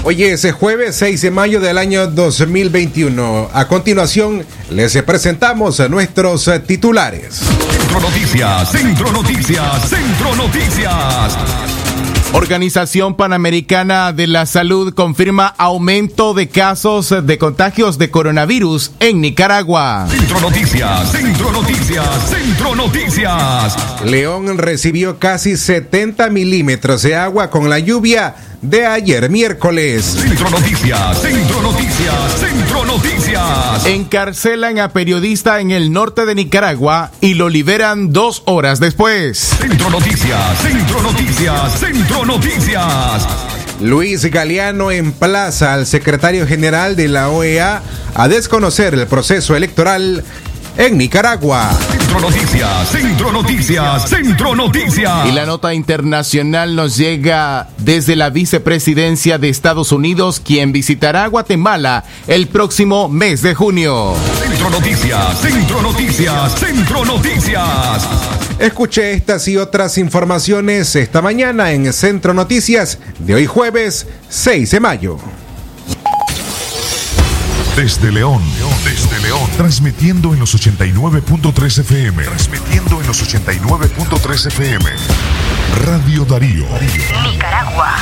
Hoy es jueves 6 de mayo del año 2021. A continuación, les presentamos a nuestros titulares. Centro Noticias, Centro Noticias, Centro Noticias. Organización Panamericana de la Salud confirma aumento de casos de contagios de coronavirus en Nicaragua. Centro Noticias, Centro Noticias, Centro Noticias. León recibió casi 70 milímetros de agua con la lluvia de ayer miércoles. Centro Noticias, Centro Noticias, Centro Noticias. Encarcelan a periodista en el norte de Nicaragua y lo liberan 2 horas después. Centro Noticias, Centro Noticias, Centro Noticias. Luis Galeano emplaza al secretario general de la OEA a desconocer el proceso electoral en Nicaragua. Centro Noticias, Centro Noticias, Centro Noticias. Y la nota internacional nos llega desde la vicepresidencia de Estados Unidos, quien visitará Guatemala el próximo mes de junio. Centro Noticias, Centro Noticias, Centro Noticias. Escuche estas y otras informaciones esta mañana en Centro Noticias de hoy jueves 6 de mayo. Desde León, transmitiendo en los 89.3 FM. Radio Darío. Nicaragua.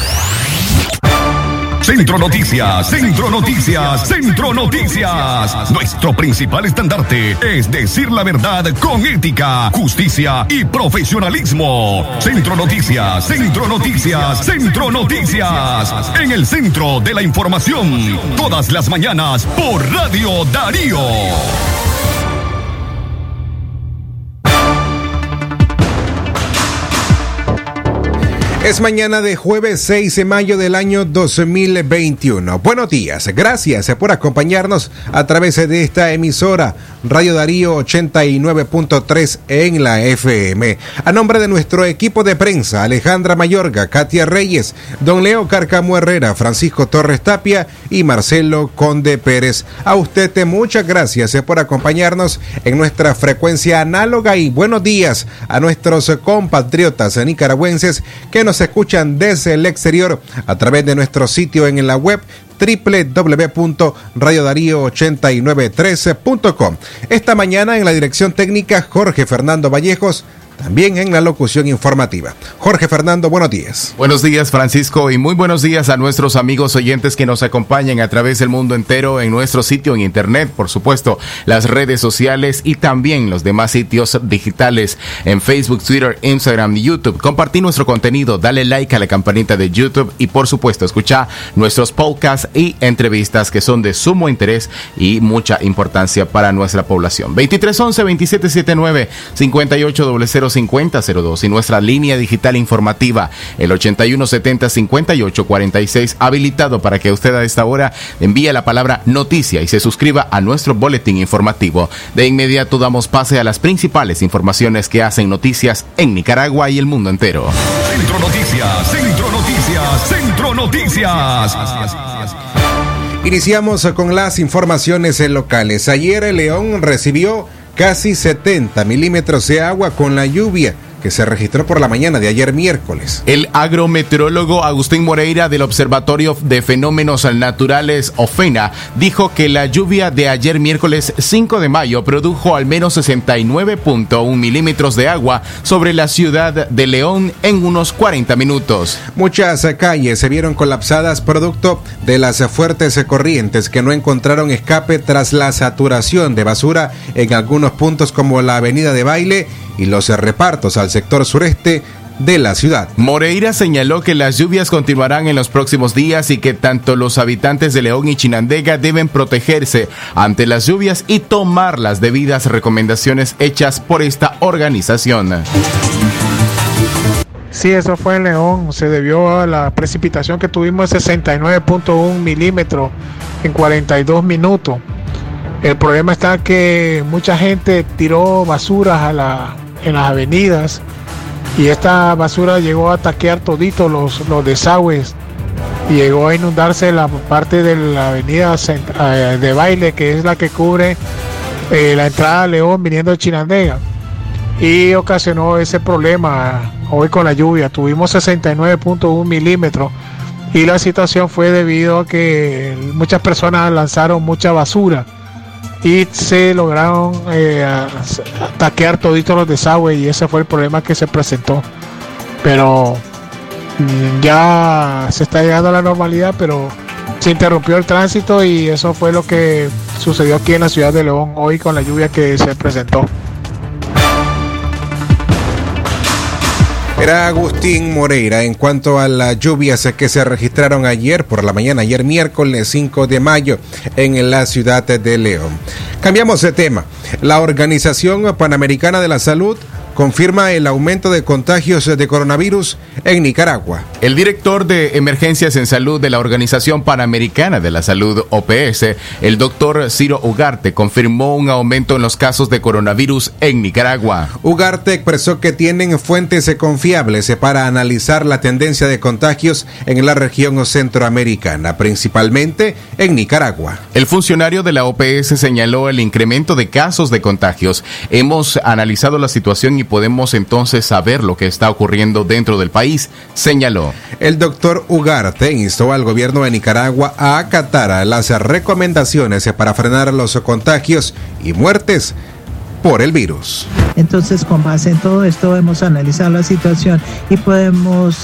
Centro Noticias, Centro Noticias, Centro Noticias. Nuestro principal estandarte es decir la verdad con ética, justicia y profesionalismo. Centro Noticias, Centro Noticias, Centro Noticias. En el centro de la información, todas las mañanas por Radio Darío. Es mañana de jueves 6 de mayo del año 2021. Buenos días, gracias por acompañarnos a través de esta emisora Radio Darío 89.3 en la FM. A nombre de nuestro equipo de prensa, Alejandra Mayorga, Katia Reyes, Don Leo Cárcamo Herrera, Francisco Torres Tapia y Marcelo Conde Pérez. A usted muchas gracias por acompañarnos en nuestra frecuencia análoga y buenos días a nuestros compatriotas nicaragüenses que nos escuchan desde el exterior a través de nuestro sitio en la web www.radiodarío8913.com. Esta mañana en la dirección técnica Jorge Fernando Vallejos, también en la locución informativa. Jorge Fernando, buenos días. Buenos días, Francisco, y muy buenos días a nuestros amigos oyentes que nos acompañan a través del mundo entero en nuestro sitio en internet, por supuesto, las redes sociales y también los demás sitios digitales en Facebook, Twitter, Instagram y YouTube. Compartí nuestro contenido, dale like a la campanita de YouTube y, por supuesto, escucha nuestros podcasts y entrevistas que son de sumo interés y mucha importancia para nuestra población. 2311-2779-5800 5002 y nuestra línea digital informativa, el 8170-5846, habilitado para que usted a esta hora envíe la palabra noticia y se suscriba a nuestro boletín informativo. De inmediato damos pase a las principales informaciones que hacen noticias en Nicaragua y el mundo entero. Centro Noticias, Centro Noticias, Centro Noticias. Iniciamos con las informaciones locales. Ayer León recibió casi 70 milímetros de agua con la lluvia que se registró por la mañana de ayer miércoles. El agrometeorólogo Agustín Moreira del Observatorio de Fenómenos Naturales OFENA dijo que la lluvia de ayer miércoles 5 de mayo produjo al menos 69.1 milímetros de agua sobre la ciudad de León en unos 40 minutos. Muchas calles se vieron colapsadas producto de las fuertes corrientes que no encontraron escape tras la saturación de basura en algunos puntos como la avenida de Baile y los repartos al sector sureste de la ciudad. Moreira señaló que las lluvias continuarán en los próximos días y que tanto los habitantes de León y Chinandega deben protegerse ante las lluvias y tomar las debidas recomendaciones hechas por esta organización. Sí, eso fue en León. Se debió a la precipitación que tuvimos de 69.1 milímetros en 42 minutos. El problema está que mucha gente tiró basuras en las avenidas y esta basura llegó a taquear todito los desagües y llegó a inundarse la parte de la avenida de Baile, que es la que cubre la entrada a León viniendo de Chinandega, y ocasionó ese problema hoy con la lluvia. Tuvimos 69.1 milímetros y la situación fue debido a que muchas personas lanzaron mucha basura y se lograron taquear toditos los desagües, y ese fue el problema que se presentó. Pero ya se está llegando a la normalidad, pero se interrumpió el tránsito, y eso fue lo que sucedió aquí en la ciudad de León hoy con la lluvia que se presentó. Era Agustín Moreira en cuanto a las lluvias que se registraron ayer por la mañana, ayer miércoles 5 de mayo en la ciudad de León. Cambiamos de tema. La Organización Panamericana de la Salud confirma el aumento de contagios de coronavirus en Nicaragua. El director de Emergencias en Salud de la Organización Panamericana de la Salud, OPS, el doctor Ciro Ugarte, confirmó un aumento en los casos de coronavirus en Nicaragua. Ugarte expresó que tienen fuentes confiables para analizar la tendencia de contagios en la región centroamericana, principalmente en Nicaragua. El funcionario de la OPS señaló el incremento de casos de contagios. Hemos analizado la situación y podemos entonces saber lo que está ocurriendo dentro del país, señaló. El doctor Ugarte instó al gobierno de Nicaragua a acatar las recomendaciones para frenar los contagios y muertes por el virus. Entonces, con base en todo esto, hemos analizado la situación y podemos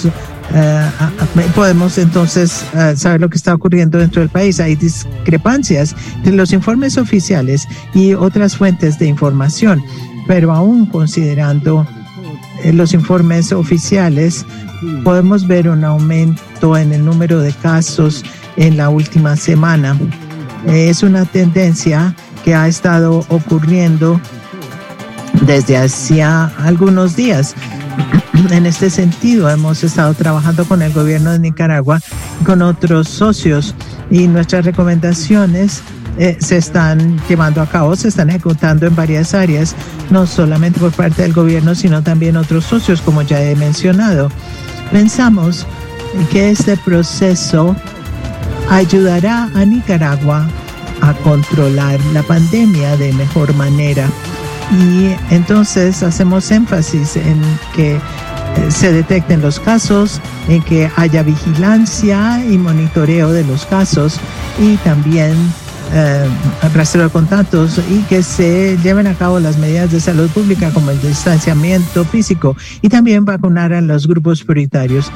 entonces saber lo que está ocurriendo dentro del país. Hay discrepancias entre los informes oficiales y otras fuentes de información, pero aún considerando los informes oficiales, podemos ver un aumento en el número de casos en la última semana. Es una tendencia que ha estado ocurriendo desde hacía algunos días. En este sentido, hemos estado trabajando con el gobierno de Nicaragua y con otros socios, y nuestras recomendaciones se están llevando a cabo, se están ejecutando en varias áreas, no solamente por parte del gobierno, sino también otros socios, como ya he mencionado. Pensamos que este proceso ayudará a Nicaragua a controlar la pandemia de mejor manera, y entonces hacemos énfasis en que se detecten los casos, en que haya vigilancia y monitoreo de los casos, y también rastreo de contactos, y que se lleven a cabo las medidas de salud pública como el distanciamiento físico, y también vacunar a los grupos prioritarios.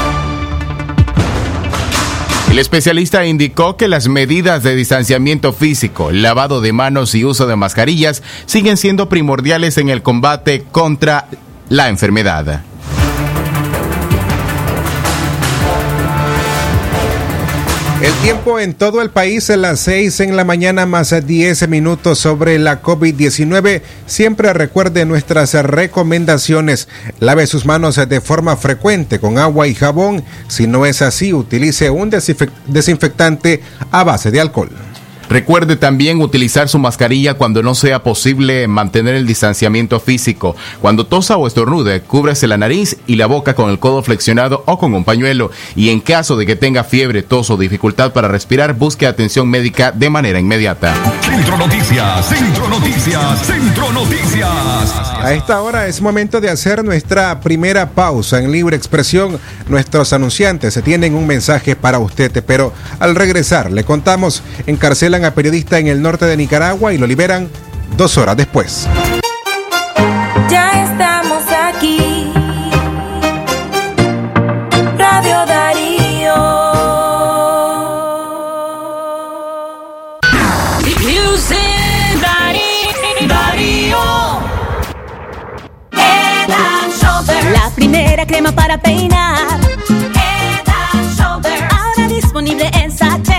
El especialista indicó que las medidas de distanciamiento físico, lavado de manos y uso de mascarillas siguen siendo primordiales en el combate contra la enfermedad. El tiempo en todo el país a las 6 en la mañana más 10 minutos sobre la COVID-19. Siempre recuerde nuestras recomendaciones. Lave sus manos de forma frecuente con agua y jabón. Si no es así, utilice un desinfectante a base de alcohol. Recuerde también utilizar su mascarilla cuando no sea posible mantener el distanciamiento físico. Cuando tosa o estornude, cúbrase la nariz y la boca con el codo flexionado o con un pañuelo. Y en caso de que tenga fiebre, tos o dificultad para respirar, busque atención médica de manera inmediata. Centro Noticias, Centro Noticias, Centro Noticias. A esta hora es momento de hacer nuestra primera pausa en Libre Expresión. Nuestros anunciantes tienen un mensaje para usted, pero al regresar le contamos: encarcelan a periodista en el norte de Nicaragua y lo liberan 2 horas después. Ya estamos aquí, Radio Darío. Music Darío. Head and Shoulders, la primera crema para peinar. Head and Shoulders, ahora disponible en sachet.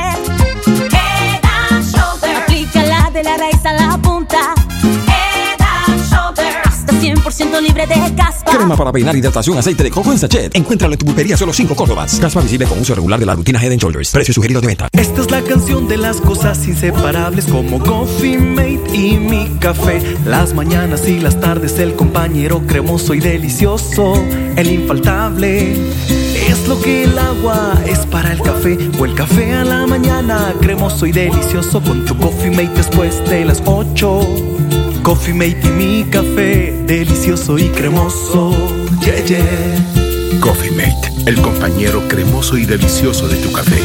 De la raíz a la punta, Head and Shoulders, hasta 100% libre de caspa. Crema para peinar, hidratación, aceite de coco en sachet. Encuéntralo en tu pulpería solo 5 Córdobas. Caspa visible con uso regular de la rutina Head and Shoulders. Precio sugerido de venta. Esta es la canción de las cosas inseparables, como Coffee Mate y mi café. Las mañanas y las tardes, el compañero cremoso y delicioso, el infaltable. Es lo que el agua es para el café, o el café a la mañana, cremoso y delicioso, con tu Coffee Mate después de las 8. Coffee Mate y mi café, delicioso y cremoso. Yeah, yeah. Coffee Mate, el compañero cremoso y delicioso de tu café.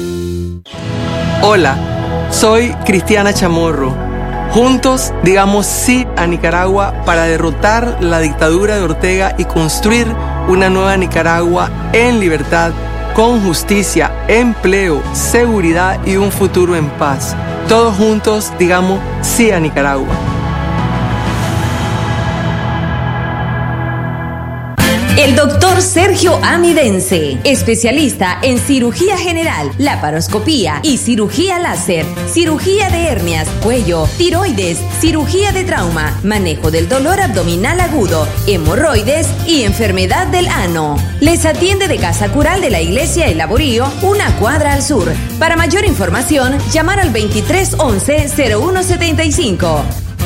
Hola, soy Cristiana Chamorro. Juntos digamos sí a Nicaragua para derrotar la dictadura de Ortega y construir una nueva Nicaragua en libertad, con justicia, empleo, seguridad y un futuro en paz. Todos juntos digamos sí a Nicaragua. El doctor Sergio Amidense, especialista en cirugía general, laparoscopía y cirugía láser, cirugía de hernias, cuello, tiroides, cirugía de trauma, manejo del dolor abdominal agudo, hemorroides y enfermedad del ano. Les atiende de Casa Cural de la Iglesia El Laborío, una cuadra al sur. Para mayor información, llamar al 2311-0175.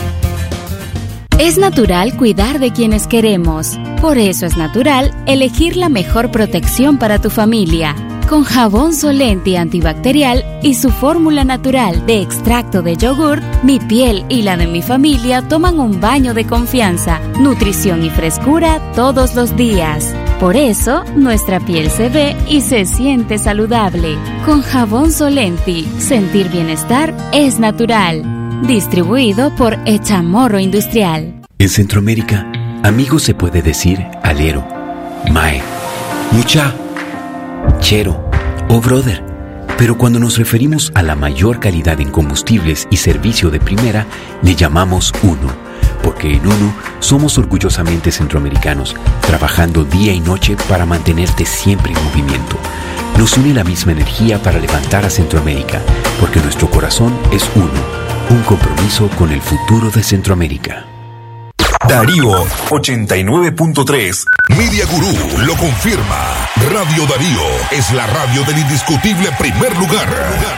Es natural cuidar de quienes queremos. Por eso es natural elegir la mejor protección para tu familia. Con jabón Solenti antibacterial y su fórmula natural de extracto de yogur, mi piel y la de mi familia toman un baño de confianza, nutrición y frescura todos los días. Por eso, nuestra piel se ve y se siente saludable. Con jabón Solenti, sentir bienestar es natural. Distribuido por Echamorro Industrial. En Centroamérica, amigo se puede decir alero, mae, mucha, chero o brother. Pero cuando nos referimos a la mayor calidad en combustibles y servicio de primera, le llamamos uno. Porque en uno somos orgullosamente centroamericanos, trabajando día y noche para mantenerte siempre en movimiento. Nos une la misma energía para levantar a Centroamérica, porque nuestro corazón es uno. Un compromiso con el futuro de Centroamérica. Darío 89.3. Media Gurú lo confirma. Radio Darío es la radio del indiscutible primer lugar.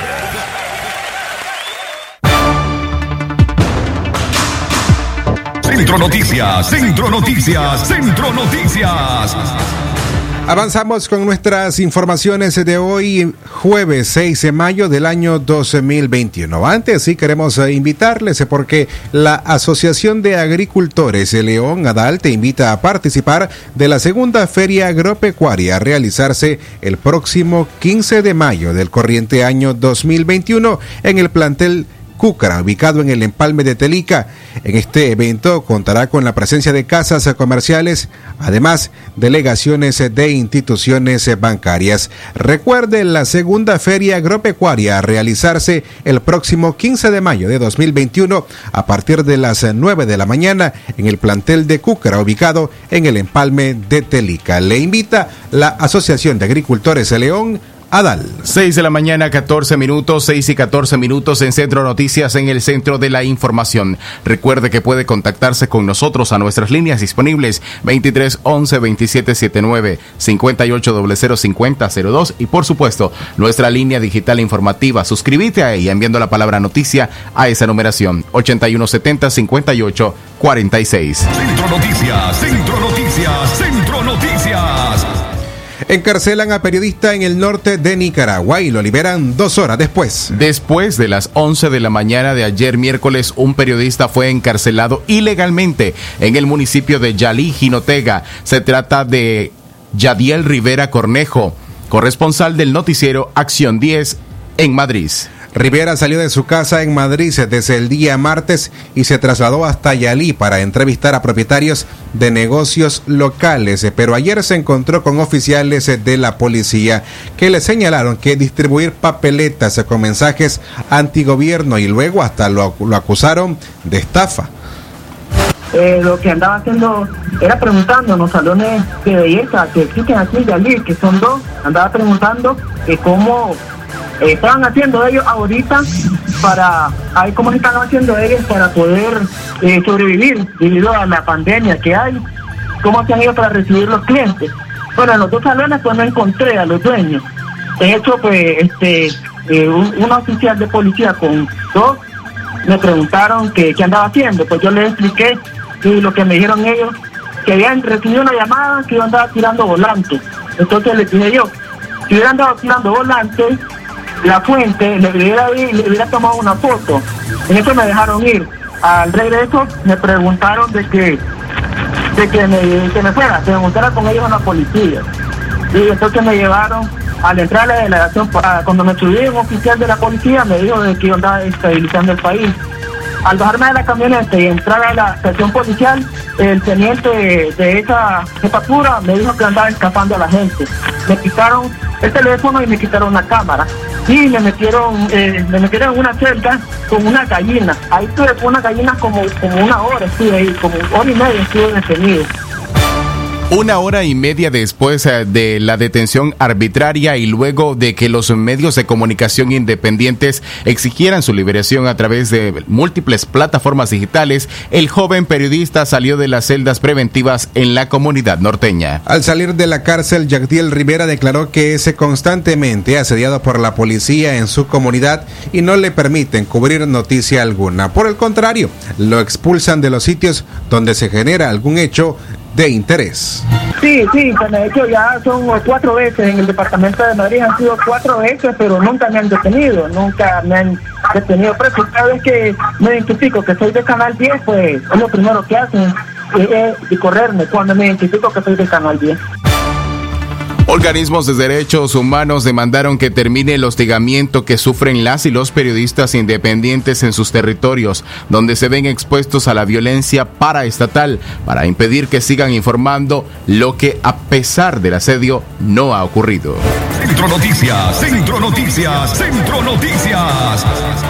Centro Noticias, Centro Noticias, Centro Noticias. Avanzamos con nuestras informaciones de hoy, jueves 6 de mayo del año 2021. Antes sí queremos invitarles porque la Asociación de Agricultores de León, ADAL, te invita a participar de la segunda Feria Agropecuaria a realizarse el próximo 15 de mayo del corriente año 2021 en el plantel Cúcara, ubicado en el empalme de Telica. En este evento contará con la presencia de casas comerciales, además delegaciones de instituciones bancarias. Recuerde, la segunda Feria Agropecuaria a realizarse el próximo 15 de mayo de 2021 a partir de las 9 de la mañana en el plantel de Cúcara, ubicado en el empalme de Telica. Le invita la Asociación de Agricultores de León, ADAL. 6 de la mañana, 14 minutos, 6 y 14 minutos en Centro Noticias, en el centro de la información. Recuerde que puede contactarse con nosotros a nuestras líneas disponibles 2311-2779, 58005002 y por supuesto nuestra línea digital informativa. Suscríbete a ella enviando la palabra noticia a esa numeración 8170-5846. Centro Noticias, Centro Noticias, Centro Noticias. Encarcelan a periodista en el norte de Nicaragua y lo liberan 2 horas después. Después de las 11 de la mañana de ayer miércoles, un periodista fue encarcelado ilegalmente en el municipio de Yalí, Jinotega. Se trata de Yadiel Rivera Cornejo, corresponsal del noticiero Acción 10 en Madrid. Rivera salió de su casa en Madrid desde el día martes y se trasladó hasta Yalí para entrevistar a propietarios de negocios locales, pero ayer se encontró con oficiales de la policía que le señalaron que distribuir papeletas con mensajes antigobierno y luego hasta lo acusaron de estafa. Lo que andaba haciendo era preguntando en los salones de belleza que existen aquí en Yalí, que son 2, andaba preguntando que cómo estaban haciendo ellos ahorita para ver cómo están haciendo ellos para poder sobrevivir debido a la pandemia que hay, cómo hacían ellos para recibir los clientes. Bueno, en los 2 salones pues no encontré a los dueños. De hecho, pues un oficial de policía con 2 me preguntaron qué andaba haciendo, pues yo les expliqué y lo que me dijeron ellos, que habían recibido una llamada que yo andaba tirando volantes. Entonces les dije yo, si hubiera andado tirando volantes, la fuente le hubiera tomado una foto. En eso me dejaron ir. Al regreso me preguntaron de que me fuera, que me montara con ellos a la policía. Y entonces me llevaron al entrar a la delegación. Cuando me subí, un oficial de la policía me dijo de que yo andaba estabilizando el país. Al bajarme de la camioneta y entrar a la estación policial, el teniente de esa jefatura me dijo que andaba escapando a la gente. Me quitaron el teléfono y me quitaron la cámara. Y me metieron en una celda con una gallina. Ahí estuve con una gallina como una hora, estuve ahí, como hora y media estuve detenido. Una hora y media después de la detención arbitraria y luego de que los medios de comunicación independientes exigieran su liberación a través de múltiples plataformas digitales, el joven periodista salió de las celdas preventivas en la comunidad norteña. Al salir de la cárcel, Yagdiel Rivera declaró que es constantemente asediado por la policía en su comunidad y no le permiten cubrir noticia alguna. Por el contrario, lo expulsan de los sitios donde se genera algún hecho de interés. Sí, de hecho ya son 4 veces en el departamento de Madrid, han sido 4 veces, pero nunca me han detenido, pero cada vez que me identifico que soy de Canal 10, pues es lo primero que hacen, es correrme cuando me identifico que soy de Canal 10. Organismos de derechos humanos demandaron que termine el hostigamiento que sufren las y los periodistas independientes en sus territorios, donde se ven expuestos a la violencia paraestatal, para impedir que sigan informando lo que, a pesar del asedio, no ha ocurrido. Centro Noticias, Centro Noticias, Centro Noticias.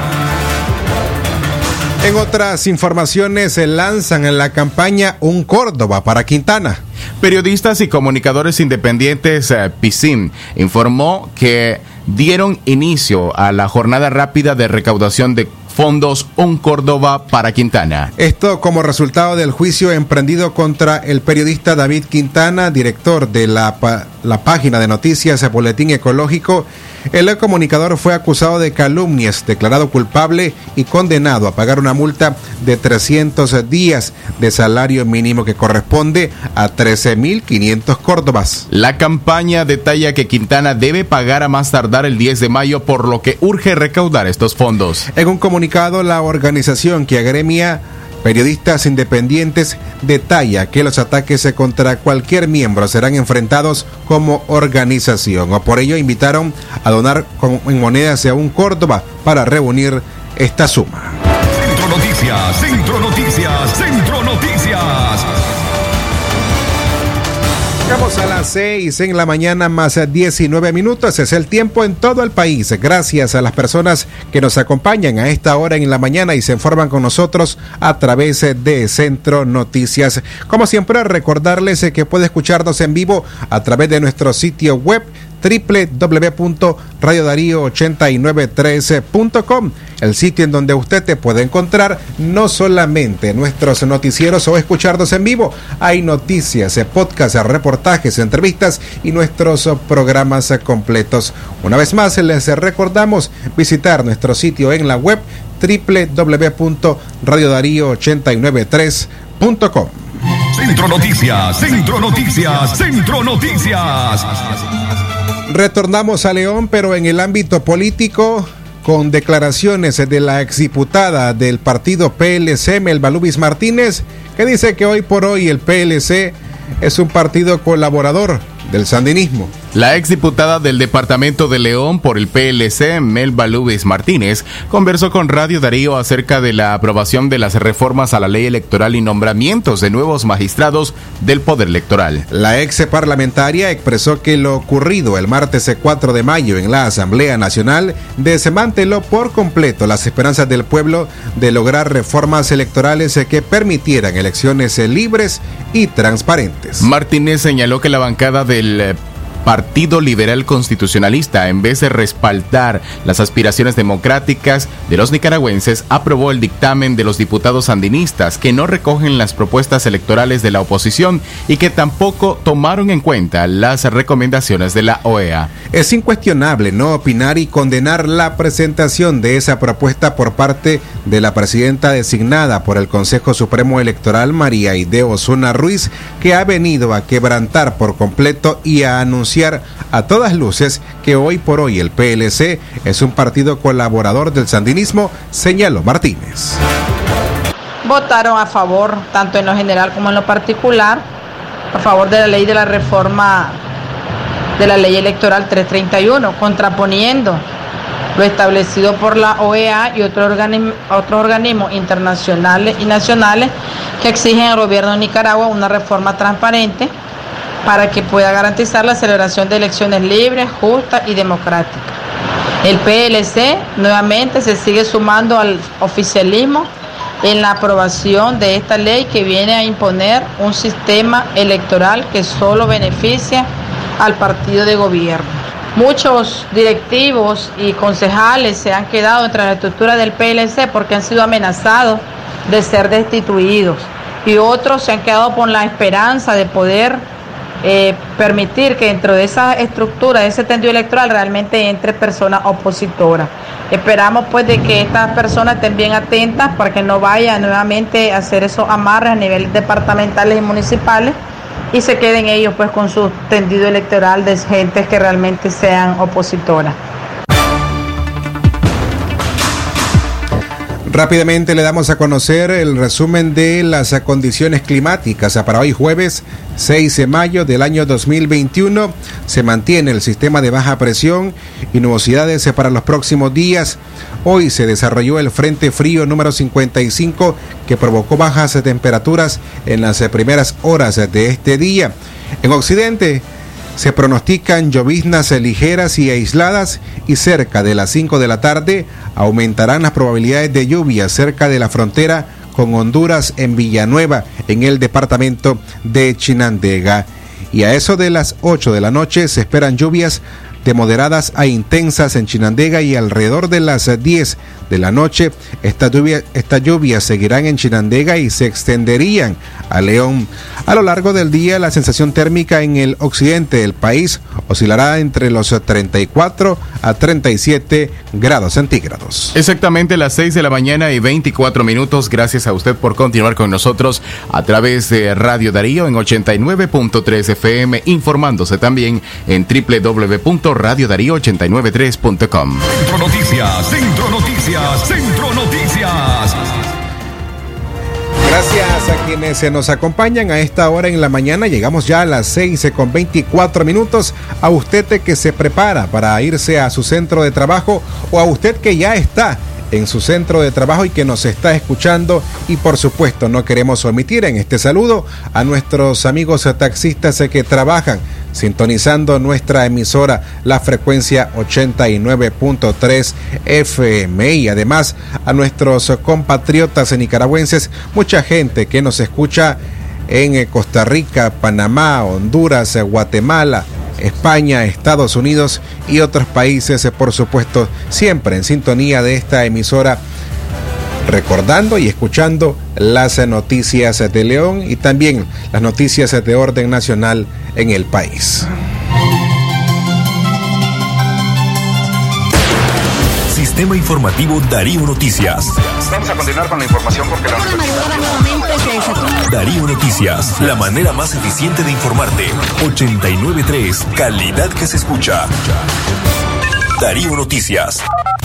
En otras informaciones, se lanzan en la campaña Un Córdoba para Quintana. Periodistas y comunicadores independientes PICIN informó que dieron inicio a la jornada rápida de recaudación de fondos Un Córdoba para Quintana. Esto como resultado del juicio emprendido contra el periodista David Quintana, director de la página de noticias Boletín Ecológico. El comunicador fue acusado de calumnias, declarado culpable y condenado a pagar una multa de 300 días de salario mínimo que corresponde a 13.500 córdobas. La campaña detalla que Quintana debe pagar a más tardar el 10 de mayo, por lo que urge recaudar estos fondos. En un comunicado, la organización que agremia periodistas independientes detalla que los ataques contra cualquier miembro serán enfrentados como organización. Por ello invitaron a donar en monedas a Un Córdoba para reunir esta suma. Centro Noticias, Centro Noticias, Centro Noticias. Llegamos a las 6 en la mañana más 19 minutos. Es el tiempo en todo el país. Gracias a las personas que nos acompañan a esta hora en la mañana y se informan con nosotros a través de Centro Noticias. Como siempre, recordarles que puede escucharnos en vivo a través de nuestro sitio web www.radiodarío8913.com, el sitio en donde usted te puede encontrar no solamente nuestros noticieros o escucharnos en vivo, hay noticias, podcasts, reportajes, entrevistas y nuestros programas completos. Una vez más, les recordamos visitar nuestro sitio en la web www.radiodarío8913.com. Centro Noticias, Centro Noticias, Centro Noticias. Retornamos a León, pero en el ámbito político, con declaraciones de la exdiputada del partido PLC, Melba Lubis Martínez, que dice que hoy por hoy el PLC es un partido colaborador del sandinismo. La exdiputada del departamento de León por el PLC, Melba Lubis Martínez, conversó con Radio Darío acerca de la aprobación de las reformas a la ley electoral y nombramientos de nuevos magistrados del Poder Electoral. La ex parlamentaria expresó que lo ocurrido el martes 4 de mayo en la Asamblea Nacional desmanteló por completo las esperanzas del pueblo de lograr reformas electorales que permitieran elecciones libres y transparentes. Martínez señaló que la bancada del Partido Liberal Constitucionalista, en vez de respaldar las aspiraciones democráticas de los nicaragüenses, aprobó el dictamen de los diputados sandinistas, que no recogen las propuestas electorales de la oposición y que tampoco tomaron en cuenta las recomendaciones de la OEA. Es incuestionable no opinar y condenar la presentación de esa propuesta por parte de la presidenta designada por el Consejo Supremo Electoral, María Aide Osuna Ruiz, que ha venido a quebrantar por completo y a anunciar a todas luces que hoy por hoy el PLC es un partido colaborador del sandinismo, señaló Martínez. Votaron a favor, tanto en lo general como en lo particular, a favor de la ley de la reforma de la Ley Electoral 331, contraponiendo lo establecido por la OEA y otros organismos internacionales y nacionales que exigen al gobierno de Nicaragua una reforma transparente para que pueda garantizar la celebración de elecciones libres, justas y democráticas. El PLC nuevamente se sigue sumando al oficialismo en la aprobación de esta ley que viene a imponer un sistema electoral que solo beneficia al partido de gobierno. Muchos directivos y concejales se han quedado entre la estructura del PLC porque han sido amenazados de ser destituidos y otros se han quedado con la esperanza de poder permitir que dentro de esa estructura, de ese tendido electoral, realmente entre personas opositoras. Esperamos pues de que estas personas estén bien atentas para que no vayan nuevamente a hacer esos amarres a nivel departamentales y municipales y se queden ellos pues con su tendido electoral de gentes que realmente sean opositoras. Rápidamente le damos a conocer el resumen de las condiciones climáticas. Para hoy jueves 6 de mayo del año 2021 se mantiene el sistema de baja presión y nubosidades para los próximos días. Hoy se desarrolló el Frente Frío número 55 que provocó bajas temperaturas en las primeras horas de este día. En Occidente se pronostican lloviznas ligeras y aisladas y cerca de las 5 de la tarde aumentarán las probabilidades de lluvia cerca de la frontera con Honduras en Villanueva, en el departamento de Chinandega. Y a eso de las 8 de la noche se esperan lluvias de moderadas a intensas en Chinandega y alrededor de las 10 de la noche estas lluvias seguirán en Chinandega y se extenderían a León. A lo largo del día la sensación térmica en el occidente del país oscilará entre los 34 a 37 grados centígrados. Exactamente las 6 de la mañana y 24 minutos. Gracias a usted por continuar con nosotros a través de Radio Darío en 89.3 FM, informándose también en www.radiodarío893.com. Centro Noticias, Centro Noticias, Centro Noticias. Gracias a quienes se nos acompañan a esta hora en la mañana. Llegamos ya a las 6:24 minutos. A usted que se prepara para irse a su centro de trabajo o a usted que ya está en su centro de trabajo y que nos está escuchando. Y por supuesto no queremos omitir en este saludo a nuestros amigos taxistas que trabajan sintonizando nuestra emisora, la frecuencia 89.3 FM, y además a nuestros compatriotas nicaragüenses, mucha gente que nos escucha en Costa Rica, Panamá, Honduras, Guatemala, España, Estados Unidos y otros países, por supuesto, siempre en sintonía de esta emisora, recordando y escuchando las noticias de León y también las noticias de orden nacional en el país. Sistema Informativo Darío Noticias. Vamos a continuar con la información porque la Darío Noticias, la manera más eficiente de informarte. 89.3, calidad que se escucha. Darío Noticias.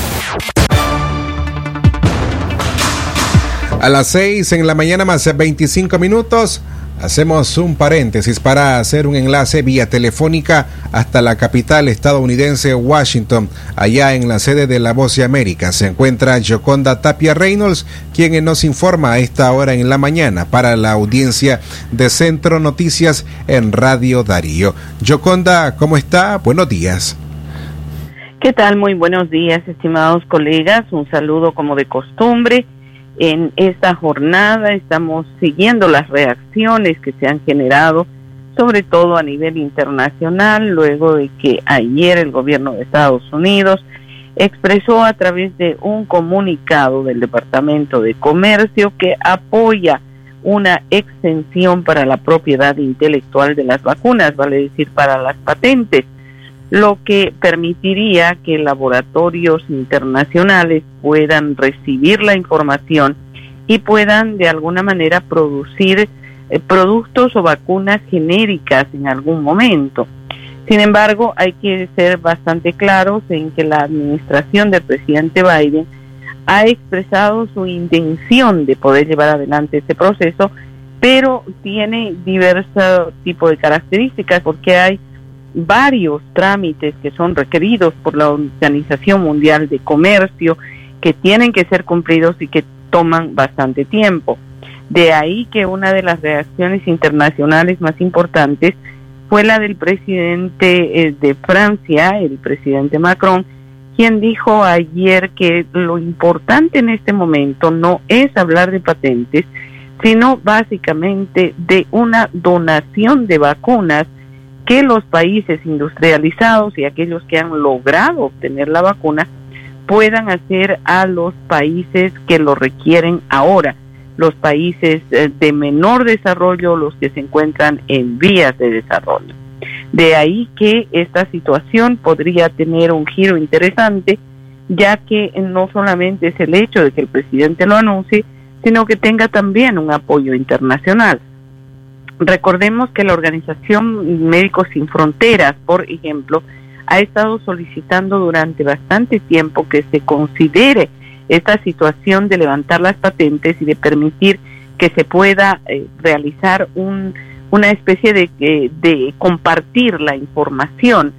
A las 6 en la mañana más 25 minutos, hacemos un paréntesis para hacer un enlace vía telefónica hasta la capital estadounidense, Washington. Allá en la sede de La Voz de América se encuentra Yoconda Tapia Reynolds, quien nos informa a esta hora en la mañana para la audiencia de Centro Noticias en Radio Darío. Yoconda, ¿cómo está? Buenos días. ¿Qué tal? Muy buenos días, estimados colegas. Un saludo como de costumbre. En esta jornada estamos siguiendo las reacciones que se han generado, sobre todo a nivel internacional, luego de que ayer el gobierno de Estados Unidos expresó a través de un comunicado del Departamento de Comercio que apoya una exención para la propiedad intelectual de las vacunas, vale decir para las patentes, lo que permitiría que laboratorios internacionales puedan recibir la información y puedan de alguna manera producir productos o vacunas genéricas en algún momento. Sin embargo, hay que ser bastante claros en que la administración del presidente Biden ha expresado su intención de poder llevar adelante este proceso, pero tiene diversos tipos de características porque hay varios trámites que son requeridos por la Organización Mundial de Comercio, que tienen que ser cumplidos y que toman bastante tiempo. De ahí que una de las reacciones internacionales más importantes fue la del presidente de Francia, el presidente Macron, quien dijo ayer que lo importante en este momento no es hablar de patentes, sino básicamente de una donación de vacunas que los países industrializados y aquellos que han logrado obtener la vacuna puedan hacer a los países que lo requieren ahora, los países de menor desarrollo, los que se encuentran en vías de desarrollo. De ahí que esta situación podría tener un giro interesante, ya que no solamente es el hecho de que el presidente lo anuncie, sino que tenga también un apoyo internacional. Recordemos que la Organización Médicos Sin Fronteras, por ejemplo, ha estado solicitando durante bastante tiempo que se considere esta situación de levantar las patentes y de permitir que se pueda realizar una especie de compartir la información.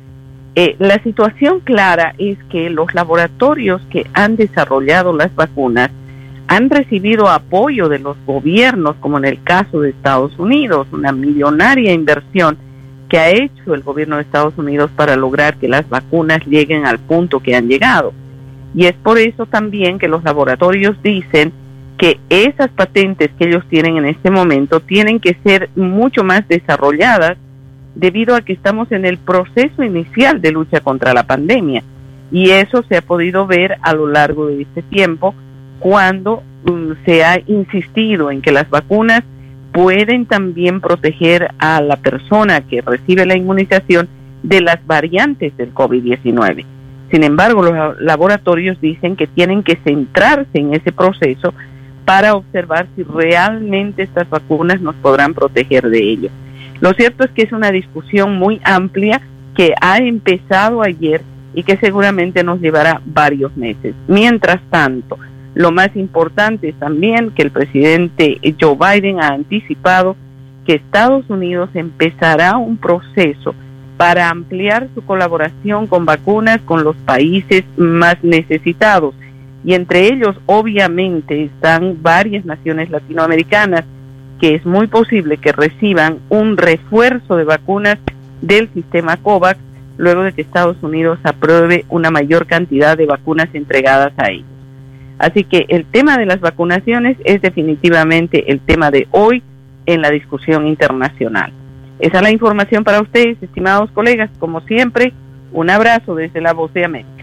La situación clara es que los laboratorios que han desarrollado las vacunas han recibido apoyo de los gobiernos, como en el caso de Estados Unidos, una millonaria inversión que ha hecho el gobierno de Estados Unidos para lograr que las vacunas lleguen al punto que han llegado. Y es por eso también que los laboratorios dicen que esas patentes que ellos tienen en este momento tienen que ser mucho más desarrolladas, debido a que estamos en el proceso inicial de lucha contra la pandemia. Y eso se ha podido ver a lo largo de este tiempo, cuando se ha insistido en que las vacunas pueden también proteger a la persona que recibe la inmunización de las variantes del COVID-19. Sin embargo, los laboratorios dicen que tienen que centrarse en ese proceso para observar si realmente estas vacunas nos podrán proteger de ello. Lo cierto es que es una discusión muy amplia que ha empezado ayer y que seguramente nos llevará varios meses. Mientras tanto, lo más importante es también que el presidente Joe Biden ha anticipado que Estados Unidos empezará un proceso para ampliar su colaboración con vacunas con los países más necesitados. Y entre ellos, obviamente, están varias naciones latinoamericanas que es muy posible que reciban un refuerzo de vacunas del sistema COVAX, luego de que Estados Unidos apruebe una mayor cantidad de vacunas entregadas a ellos. Así que el tema de las vacunaciones es definitivamente el tema de hoy en la discusión internacional. Esa es la información para ustedes, estimados colegas. Como siempre, un abrazo desde La Voz de América.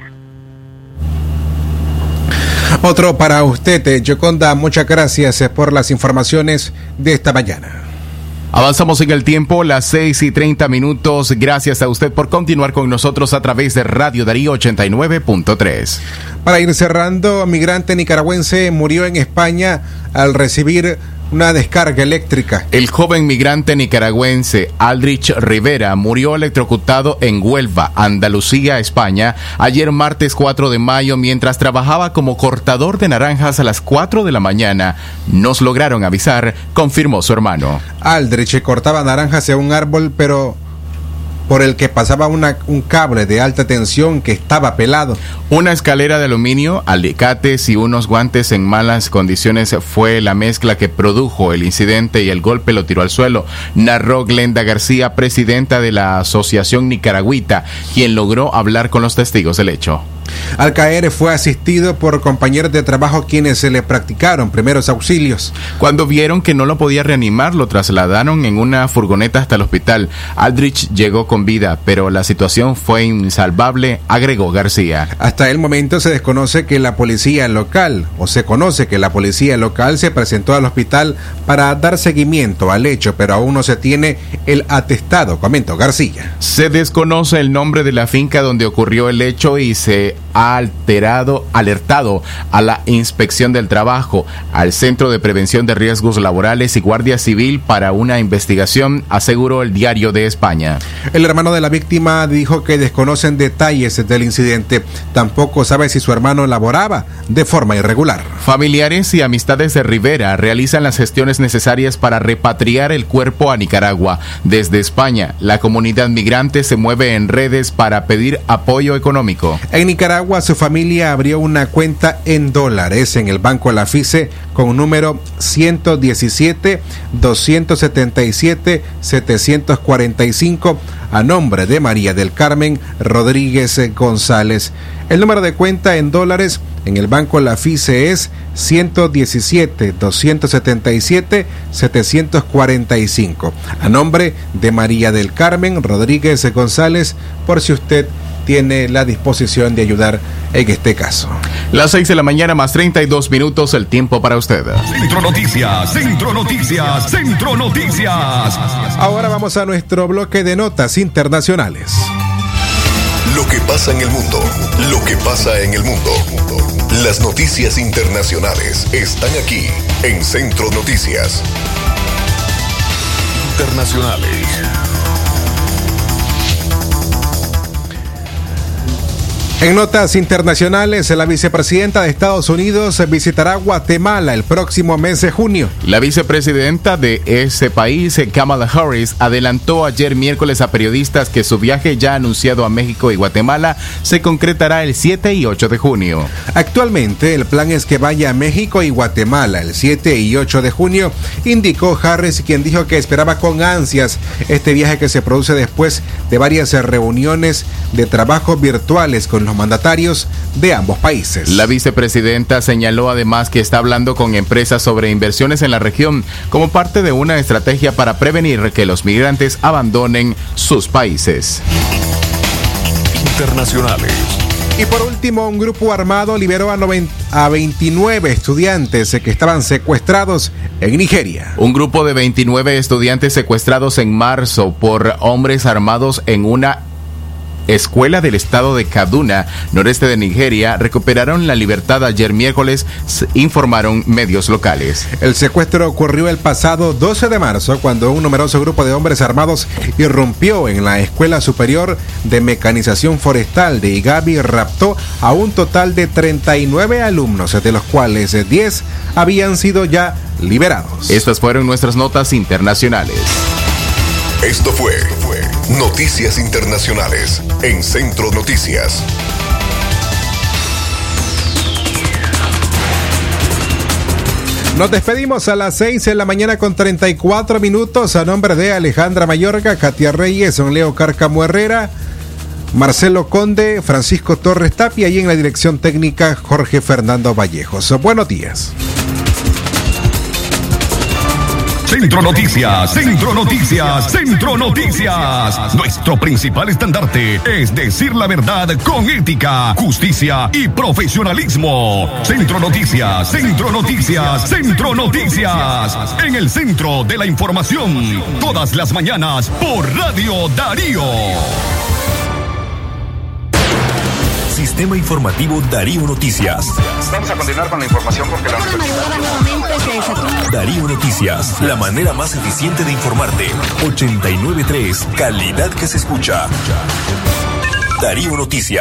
Otro para usted, Yoconda, muchas gracias por las informaciones de esta mañana. Avanzamos en el tiempo, las 6:30. Gracias a usted por continuar con nosotros a través de Radio Darío 89.3. Para ir cerrando, migrante nicaragüense murió en España al recibir una descarga eléctrica. El joven migrante nicaragüense Aldrich Rivera murió electrocutado en Huelva, Andalucía, España, ayer martes 4 de mayo mientras trabajaba como cortador de naranjas a las 4 de la mañana. Nos lograron avisar, confirmó su hermano. Aldrich cortaba naranjas en un árbol, pero por el que pasaba un cable de alta tensión que estaba pelado. Una escalera de aluminio, alicates y unos guantes en malas condiciones fue la mezcla que produjo el incidente y el golpe lo tiró al suelo, narró Glenda García, presidenta de la Asociación Nicaragüita, quien logró hablar con los testigos del hecho. Al caer fue asistido por compañeros de trabajo quienes se le practicaron primeros auxilios. Cuando vieron que no lo podía reanimar, lo trasladaron en una furgoneta hasta el hospital. Aldrich llegó con vida, pero la situación fue insalvable, agregó García. Hasta el momento se conoce que la policía local se presentó al hospital para dar seguimiento al hecho, pero aún no se tiene el atestado, comentó García. Se desconoce el nombre de la finca donde ocurrió el hecho y se ha alertado a la Inspección del Trabajo, al Centro de Prevención de Riesgos Laborales y Guardia Civil para una investigación, aseguró el Diario de España. El hermano de la víctima dijo que desconocen detalles del incidente. Tampoco sabe si su hermano laboraba de forma irregular. Familiares y amistades de Rivera realizan las gestiones necesarias para repatriar el cuerpo a Nicaragua. Desde España, la comunidad migrante se mueve en redes para pedir apoyo económico. En Nicaragua, su familia abrió una cuenta en dólares en el Banco Lafice con número 117-277-745 a nombre de María del Carmen Rodríguez González. El número de cuenta en dólares en el Banco Lafice es 117-277-745 a nombre de María del Carmen Rodríguez González, por si usted tiene la disposición de ayudar en este caso. Las 6 de la mañana más 32 minutos, el tiempo para usted. Centro Noticias, Centro Noticias, Centro Noticias. Ahora vamos a nuestro bloque de notas internacionales. Lo que pasa en el mundo, lo que pasa en el mundo. Las noticias internacionales están aquí en Centro Noticias. Internacionales. En notas internacionales, la vicepresidenta de Estados Unidos visitará Guatemala el próximo mes de junio. La vicepresidenta de ese país, Kamala Harris, adelantó ayer miércoles a periodistas que su viaje ya anunciado a México y Guatemala se concretará el 7 y 8 de junio. Actualmente, el plan es que vaya a México y Guatemala el 7 y 8 de junio, indicó Harris, quien dijo que esperaba con ansias este viaje que se produce después de varias reuniones de trabajo virtuales con los mandatarios de ambos países. La vicepresidenta señaló además que está hablando con empresas sobre inversiones en la región como parte de una estrategia para prevenir que los migrantes abandonen sus países. Internacionales. Y por último, un grupo armado liberó a 29 estudiantes que estaban secuestrados en Nigeria. Un grupo de 29 estudiantes secuestrados en marzo por hombres armados en una escuela del estado de Kaduna, noreste de Nigeria, recuperaron la libertad ayer miércoles, informaron medios locales. El secuestro ocurrió el pasado 12 de marzo, cuando un numeroso grupo de hombres armados irrumpió en la Escuela Superior de Mecanización Forestal de Igabi y raptó a un total de 39 alumnos, de los cuales 10 habían sido ya liberados. Estas fueron nuestras notas internacionales. Esto fue Noticias Internacionales en Centro Noticias. Nos despedimos a las 6 de la mañana con 34 minutos a nombre de Alejandra Mayorga, Katia Reyes, Don Leo Cárcamo Herrera, Marcelo Conde, Francisco Torres Tapia y en la dirección técnica Jorge Fernando Vallejos. Buenos días. Centro Noticias, Centro Noticias, Centro Noticias. Nuestro principal estandarte es decir la verdad con ética, justicia y profesionalismo. Centro Noticias, Centro Noticias, Centro Noticias. En el centro de la información, todas las mañanas por Radio Darío. Sistema Informativo Darío Noticias. Vamos a continuar con la información porque la Darío Noticias, la manera más eficiente de informarte. 89.3, calidad que se escucha. Darío Noticias.